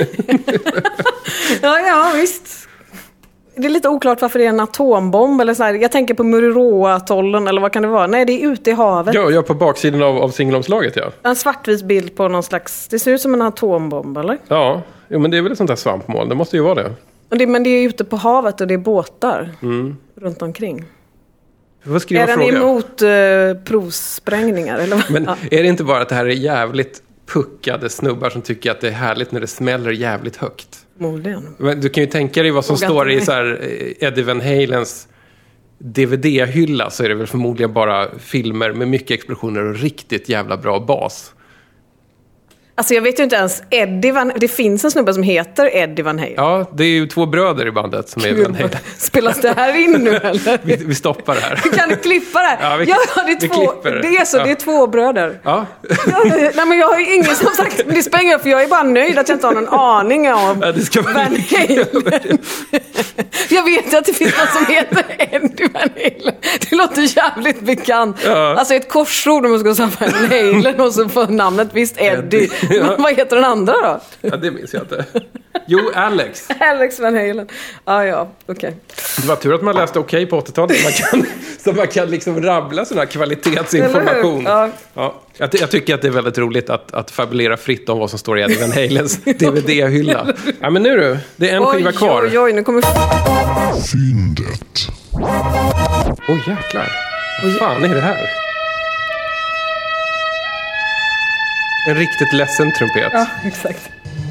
ja, ja, visst. Det är lite oklart varför det är en atombomb eller så här. Jag tänker på Mururoa-atollen eller vad kan det vara? Nej, det är ute i havet.
Ja, ja på baksidan av, av singelomslaget, ja.
En svartvit bild på någon slags... Det ser ut som en atombomb, eller?
Ja, jo, men det är väl ett sånt där svampmål. Det måste ju vara det.
Och det men det är ute på havet och det är båtar
mm.
runt omkring.
Vi får skriva
är den
fråga.
emot uh, provsprängningar? Eller vad?
Men
ja.
är det inte bara att det här är jävligt puckade snubbar som tycker att det är härligt när det smäller jävligt högt?
Förmodligen.
Men du kan ju tänka dig vad som
Fråga
står i så här Eddie Van Halens D V D-hylla, så är det väl förmodligen bara filmer med mycket explosioner och riktigt jävla bra bas.
Alltså jag vet ju inte ens Eddie Van... Det finns en snubbe som heter Eddie Van Halen.
Ja, det är ju två bröder i bandet som är Van Halen.
Spelas det här in nu eller?
vi, vi stoppar det här.
Kan du klippa det här?
Ja, vi,
ja det är
vi
två.
klipper det.
Det är så,
ja.
det är två bröder.
Ja.
ja, nej men jag har ju ingen som sagt, men det spelar ingen roll, för jag är bara nöjd att jag inte har någon aning om
ja, det ska
Van Halen. Jag vet att det finns något som heter Eddie Van Halen. Det låter jävligt bekant. Ja. Alltså ett korsord om man ska säga Van Halen och så får namnet visst Eddie. Eddie. Ja. Men vad heter den andra då?
Ja, det minns jag inte. Jo, Alex.
Alex Van Halen. Ah, ja, okej. Okay.
Det var tur att man läste okej okay på åttiotalet. Man kan, så man kan liksom rabbla sån här kvalitetsinformation. Ja. Ja. Jag, jag tycker att det är väldigt roligt att, att fabulera fritt om vad som står i Eddie Van Halens D V D-hylla. Ja, men nu du. Det är en skiva kvar.
Oj, oj, nu kommer...
Fyndet.
Åh, oh, jäklar. Vad fan är det här? En riktigt ledsen trumpet.
Ja, exakt.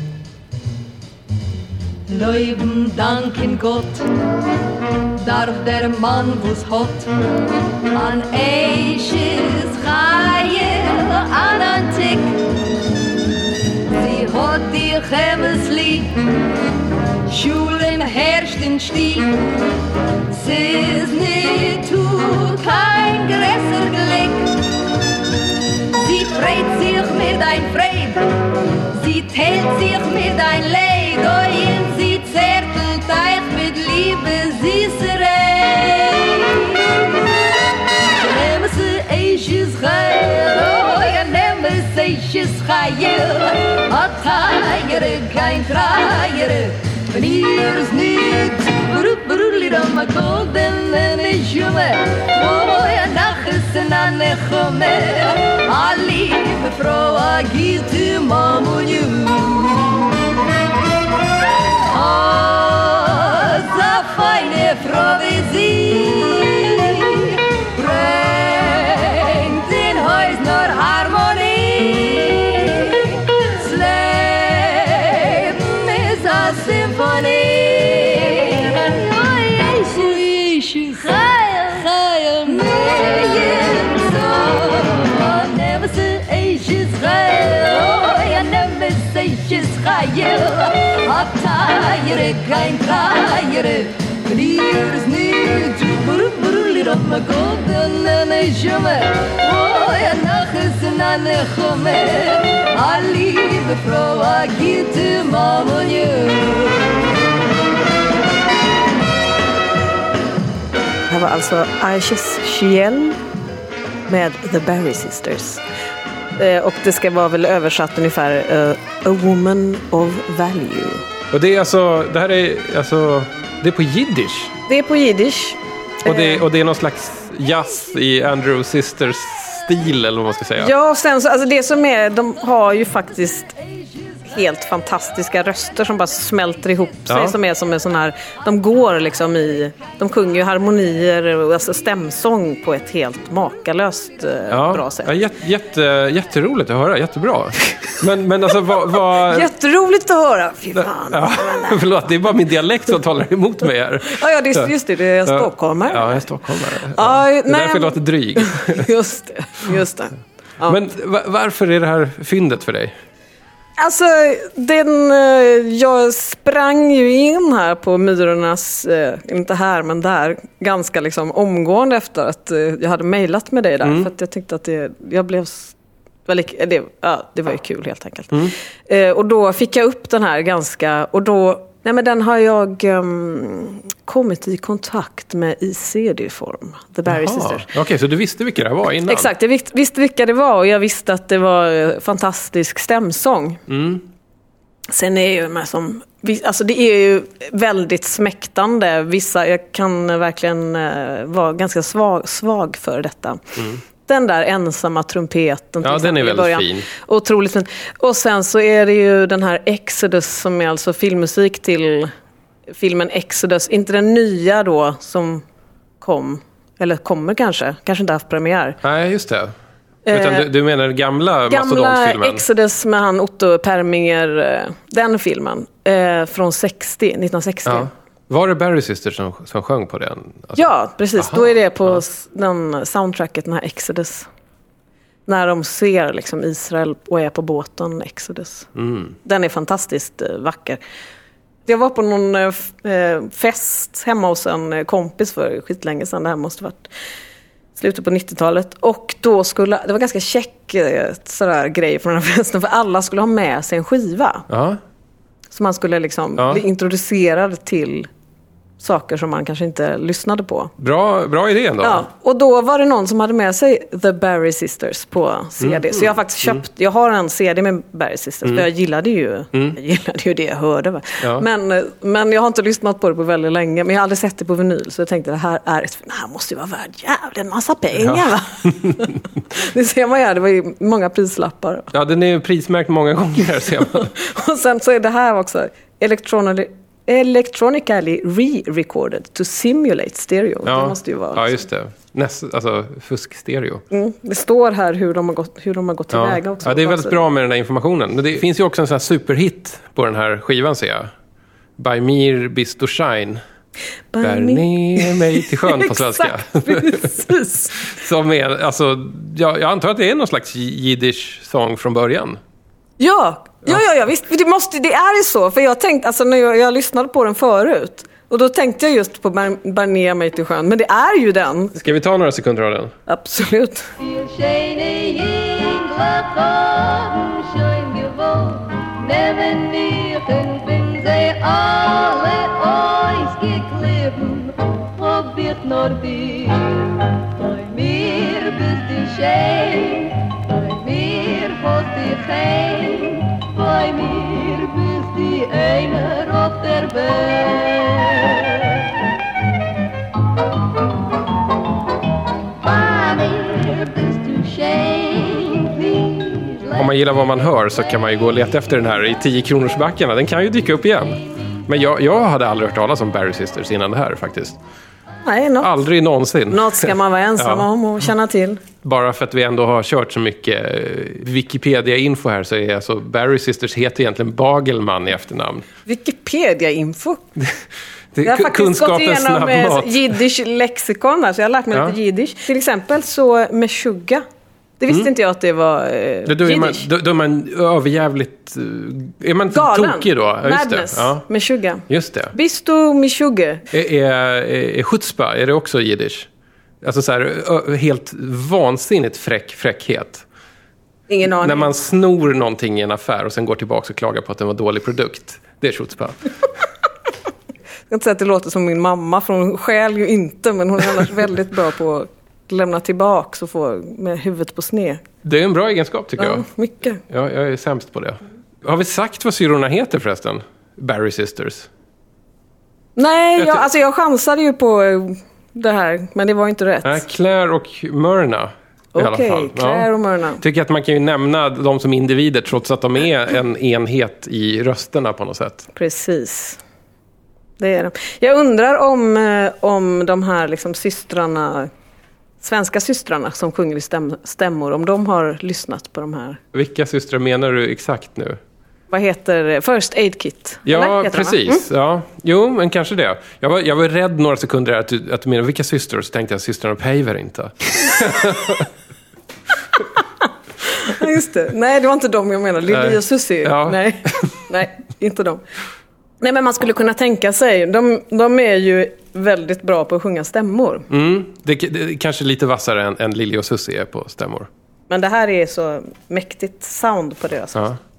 Leuben danken Gott, darf der Mann wo's hot, an Eiches Reihe an Antik. Sie hat die Chemesli, Schulen herrscht in Stieg. Sie's nicht tu kein größer Glück. Sie freut sich mit ein Freud, sie teilt sich mit ein Leid, und sie zärtelt euch mit Liebe Süßerei. Nehmen sie Eiches Heil, oh ja, nehmen sie Eiches Heil, a Teiere, kein Treiere, wenn ihr es nicht, brup, brulli, dann mal golden, nicht jumme, oh ja, naches, na, nechome, a liebe Frau, a gitte Mamunju. Oh, so feine Frau wie sie bringt in Haus nur Harmonie. Das Leben ist a Symphonie. Oh, Jesus, Heil, Heil, Million so. Never say Jesus, Heil, oh, ja, never say Jesus, Heil. A Teiere, kein Treiere, verlier's nicht. Brr, brr, lir auf ma goldene Nejume. Oh, ja, naches in eine Chume. A liebe Frau, a gitte Mamunju.
Det var alltså Aishes Chiel med The Berry Sisters. Eh, och det ska vara väl översatt ungefär uh, A Woman of Value.
Och det är alltså, det här är alltså, det är på jiddisch.
Det är på jiddisch.
Och det, och det är någon slags jazz i Andrew Sisters stil, eller vad man ska säga.
Ja, och sen så, alltså det som är, de har ju faktiskt helt fantastiska röster som bara smälter ihop sig,
ja.
Som är som en sån här, de går liksom i, de sjunger ju harmonier och alltså stämsång på ett helt makalöst eh,
ja.
bra sätt.
Ja, jätte, jätte, jätteroligt att höra, jättebra. Men, men alltså vad... vad...
Jätteroligt att höra, fy fan.
Ja, förlåt, det är bara min dialekt som talar emot mig här.
Ja, ja det är, just det, det är stockholmare.
Ja, jag är stockholmare. Ja.
Ja,
det är
nej,
därför jag låter dryg.
Just det, just det. Ja.
Men varför är det här fyndet för dig?
Alltså, den, jag sprang ju in här på Myrornas, inte här men där, ganska liksom omgående efter att jag hade mejlat med dig där. Mm. För att jag tyckte att det, jag blev väldigt, det, ja, det var ju kul helt enkelt. Mm. Eh, och då fick jag upp den här ganska, och då Nej, men den har jag um, kommit i kontakt med i C D-form. The Barry
Jaha.
Sisters.
Okej, okay, så du visste vilka det var innan?
Exakt, jag visste, visste vilka det var och jag visste att det var fantastisk stämsång.
Mm.
Sen är ju med som... Alltså det är ju väldigt smäktande. Vissa, jag kan verkligen uh, vara ganska svag, svag för detta. Mm. Den där ensamma trumpeten.
Ja, den är väldigt
början.
fin.
Otroligt fin. Och sen så är det ju den här Exodus som är alltså filmmusik till filmen Exodus. Inte den nya då som kom. Eller kommer kanske. Kanske inte haft premiär.
Nej, just det. Utan du, du menar gamla
Gamla
Mastodontfilmen?
Exodus med han Otto Perminger. Den filmen. Eh, från sextio, nittonhundrasextio.
Ja. Var det Barry Sisters som, som sjöng på den? Alltså,
ja, precis.
aha,
då är det på
ja.
den soundtracket, den här Exodus. När de ser liksom Israel och är på båten Exodus.
Mm.
Den är fantastiskt eh, vacker. Jag var på någon eh, fest hemma hos en kompis för skitlänge sedan. Det här måste varit slutet på nittiotalet. Och då skulle, det var ganska check eh, sådär grej från den här festen. För alla skulle ha med sig en skiva.
Ja.
Så man skulle liksom
Ja.
bli introducerad till saker som man kanske inte lyssnade på.
Bra, bra idé ändå.
Ja, och då var det någon som hade med sig The Barry Sisters på C D. Mm. Så jag har faktiskt köpt, mm. jag har en C D med Barry Sisters. Mm. För jag gillade ju, mm. jag gillade ju det jag hörde. Va? Ja. Men, men jag har inte lyssnat på det på väldigt länge. Men jag har aldrig sett det på vinyl. Så jag tänkte, det här, är ett, det här måste ju vara värd jävligt en massa pengar. Ja. Va? Det ser man ju, det var ju många prislappar.
Ja, den är ju prismärkt många gånger, ser man.
Och sen så är det här också Electronic Electronically re-recorded to simulate stereo.
Ja,
det måste ju vara.
Ja, just det. Näst, alltså fusk-stereo.
Mm, det står här hur de har gått, hur de har gått tillväga
ja.
också.
Ja, det är väldigt bra med den här informationen. Men det finns ju också en sån här superhit på den här skivan, ser jag. By Mir Bisto Shine. Bär ner mig till sjön på svenska.
Precis.
Som är, alltså, jag, jag antar att det är någon slags jiddisch sång från början.
Ja, ja, ja, ja visst. Det, måste, det är ju så. För jag tänkte, alltså när jag, jag lyssnade på den förut. Och då tänkte jag just på Bär, bär ner mig till sjön. Men det är ju den.
Ska vi ta några sekunder av den?
Absolut.
Bei mir bist die einer auf der Welt. Bei mir bist du schön, please.
Om man gillar vad man hör så kan man ju gå och leta efter den här i tio kronors backarna. Den kan ju dyka upp igen. Men jag, jag hade aldrig hört talas om Barry Sisters innan det här faktiskt.
Nej, något,
aldrig någonsin.
Något ska man vara ensam ja. om och känna till.
Bara för att vi ändå har kört så mycket Wikipedia-info här så är alltså Barry Sisters heter egentligen Bagelman i efternamn.
Wikipedia-info?
Det
jag har faktiskt gått igenom
snabbmat.
jiddisch lexikon, alltså jag har lärt mig ja. lite jiddisch. Till exempel så med Meshuggah. Det visste mm. inte jag att det var eh,
då, då, är man, då, då är man överjävligt... Är man
galen.
Tokig då? Ja, just
Madness.
Det. Ja.
Meshuggah.
Just det.
Bisto Meshuggah.
Är, är, är chutzpah, är det också jiddisch? Alltså så här, helt vansinnigt fräck, fräckhet.
Ingen aning.
När man snor någonting i en affär och sen går tillbaka och klagar på att det var en dålig produkt. Det är chutzpah.
Jag kan inte säga att det låter som min mamma, för hon skäl ju inte, men hon är annars väldigt bra på att lämna tillbaka och få med huvudet på sned.
Det är en bra egenskap tycker
ja,
jag.
Mycket.
Ja, jag är sämst på det. Har vi sagt vad syrorna heter förresten? Barry Sisters.
Nej, jag, alltså jag chansade ju på det här, men det var inte rätt.
Nej, Claire och Myrna.
Okej, okay, Claire och Myrna.
Jag tycker att man kan ju nämna dem som individer trots att de är en enhet i rösterna på något sätt.
Precis. Det är de. Jag undrar om, om de här liksom systrarna, svenska systrarna som sjunger i stäm, stämmor, om de har lyssnat på de här.
Vilka systrar menar du exakt nu?
Vad heter First Aid Kit?
Ja, precis. Mm. Ja. Jo, men kanske det. Jag var, jag var rädd några sekunder att du, att du menar vilka systrar, så tänkte jag systrarna Päiver inte.
Just det. Nej, det var inte dem jag menade. Lili och Susie.
Ja.
Nej. Nej, inte dem. Nej, men man skulle kunna tänka sig. De, de är ju väldigt bra på att sjunga stämmor.
Mm. Det, det är kanske lite vassare än, än Lili och Susie är på stämmor.
Men det här är så mäktigt sound på deras.
Ja.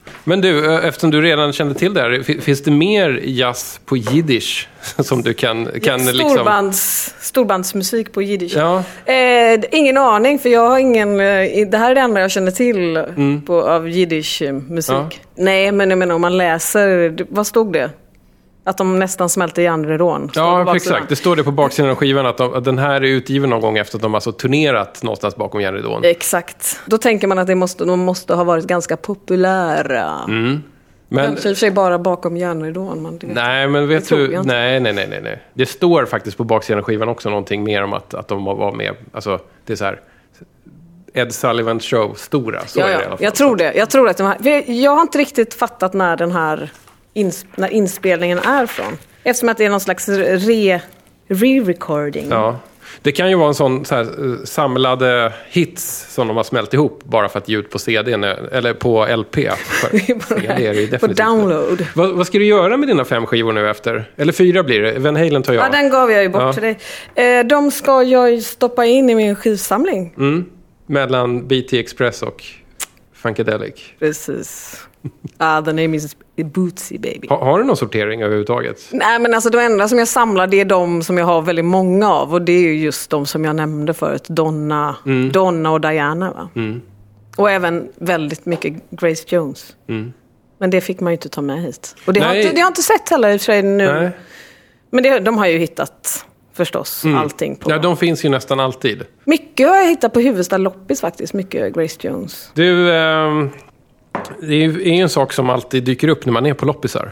Men du, eftersom du redan kände till det här, finns det mer jazz på jiddisch som du kan, kan
Storbands,
liksom...
storbandsmusik på jiddisch?
Ja.
Eh, ingen aning, för jag har ingen... Eh, det här är det enda jag känner till
Mm.
på, av jiddisch eh, musik.
Ja.
Nej, men jag menar om man läser... Vad stod det? Att de nästan smälter järnridån. Står det på
Ja,
baksidan.
exakt. Det står det på baksidan av skivan att, de, att den här är utgiven någon gång efter att de alltså turnerat någonstans bakom järnridån.
Exakt. Då tänker man att det måste, de måste ha varit ganska populära.
Mm. Men,
Kanske i och för sig bara bakom järnridån. Men det vet
nej, men vet
Det tror
du...
jag inte.
Nej, nej, nej, nej, nej. Det står faktiskt på baksidan av skivan också någonting mer om att, att de var med. Alltså, det är så här... Ed Sullivan Show, stora. Så
Ja,
är det i
ja.
alla fall.
Jag tror det. Jag tror att de här, för jag har inte riktigt fattat när den här ins, när inspelningen är från. Eftersom att det är någon slags re, re-recording.
Ja. Det kan ju vara en sån så här, eh, samlade hits som de har smält ihop bara för att ge ut på C D eller på L P. För, C D är det ju
På
definitivt.
download.
Vad, vad ska du göra med dina fem skivor nu efter? Eller fyra blir det. Van Halen tar jag.
Ja, den gav jag ju bort
Ja.
till dig. Eh, de ska jag stoppa in i min skivsamling.
Mm. Mellan B T Express och Funkadelic.
Precis. Ah, the name is Bootsy baby.
Ha, har du någon sortering överhuvudtaget?
Nej, men alltså de enda som jag samlar, det är de som jag har väldigt många av. Och det är ju just de som jag nämnde förut. Donna,
Mm.
Donna och Diana, va?
Mm.
Och även väldigt mycket Grace Jones.
Mm.
Men det fick man ju inte ta med hit. Och det har,
Nej.
inte, det har jag inte sett heller i och för sig nu.
Nej.
Men det, de har ju hittat förstås allting på.
Ja, de finns ju nästan alltid.
Mycket har jag hittat på Huvudsta loppis faktiskt. Mycket Grace Jones.
Du, ehm, det är ju en sak som alltid dyker upp när man är på loppisar.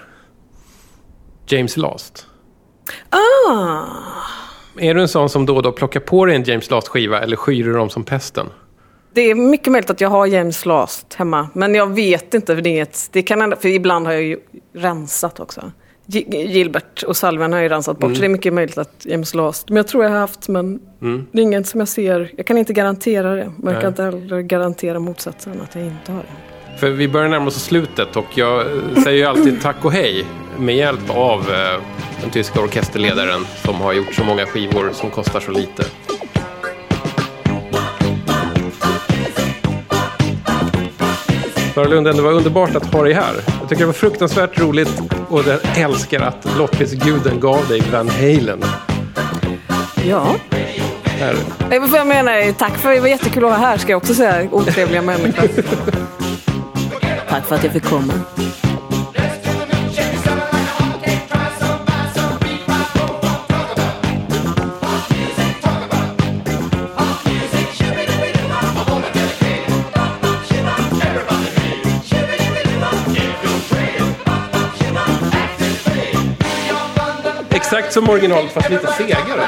James Last.
Ah!
Är du en sån som då och då plockar på dig en James Last-skiva eller skyr du dem som pesten?
Det är mycket möjligt att jag har James Last hemma. Men jag vet inte. För, det är ett, det kan hända, för ibland har jag ju rensat också. G- Gilbert och Sullivan har ju rensat bort. Så det är mycket möjligt att James Last. Men jag tror jag har haft. Men
Mm.
det är inget som jag ser. Jag kan inte garantera det. Men
Nej.
jag kan inte heller garantera motsatsen. Att jag inte har det.
För vi börjar närma oss slutet och jag eh, säger ju alltid tack och hej med hjälp av eh, den tyska orkesterledaren som har gjort så många skivor som kostar så lite. Sara Lunden, det var underbart att ha dig här. Jag tycker det var fruktansvärt roligt och jag älskar att loppisguden gav dig Van Halen.
Ja.
Här.
Jag får jag mena, tack för det var jättekul att vara här, ska jag också säga. Otrevliga människor. Tack för att jag fick komma.
Exakt som originalet fast lite segare.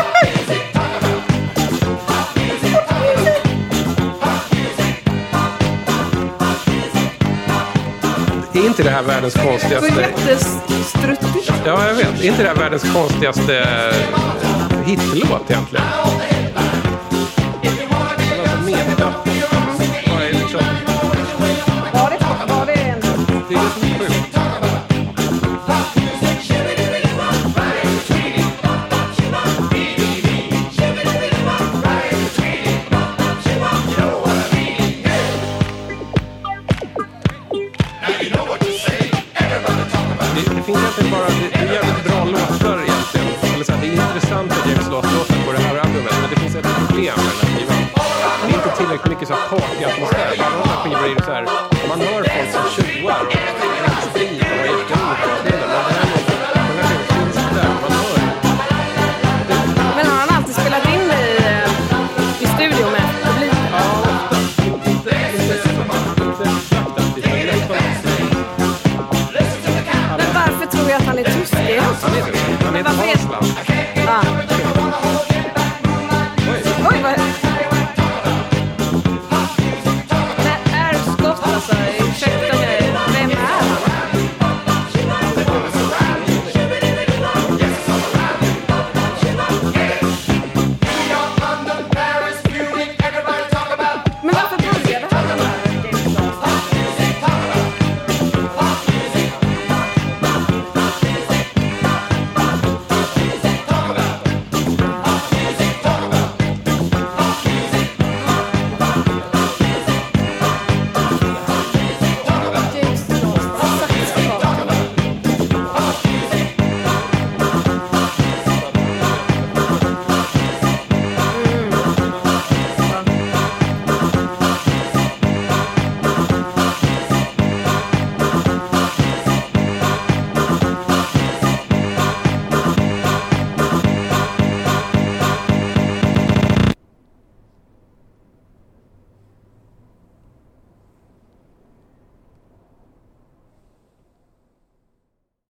Är inte det här världens
Så
konstigaste...
jättestruttigt.
Ja, jag vet. Är inte det här världens konstigaste hitlåt egentligen? Alltså, medlem. Bara är liksom...
Var det, var det en...
Det är liksom sjukt. Det, det finns egentligen bara... Det, det är jävligt bra låtar egentligen. Eller så här, det är intressanta James Last-låtar på det här albumet. Men det finns ett problem med den här skivan. Det är inte tillräckligt mycket så här partyatmosfär. På alla andra skivor är det så här... Man hör folk som tjoar och strid och har jätteroligt. Men det här är den här skivan finns det där. Man hör det.
Men har han alltid spelat in i, i studio med publiken?
Ja, inte, inte, inte exakt alltid. Men det är bara-
Men varför tror jag att han är tysk?
Han är det. Han heter
Varför är-
Hansland.
Ah.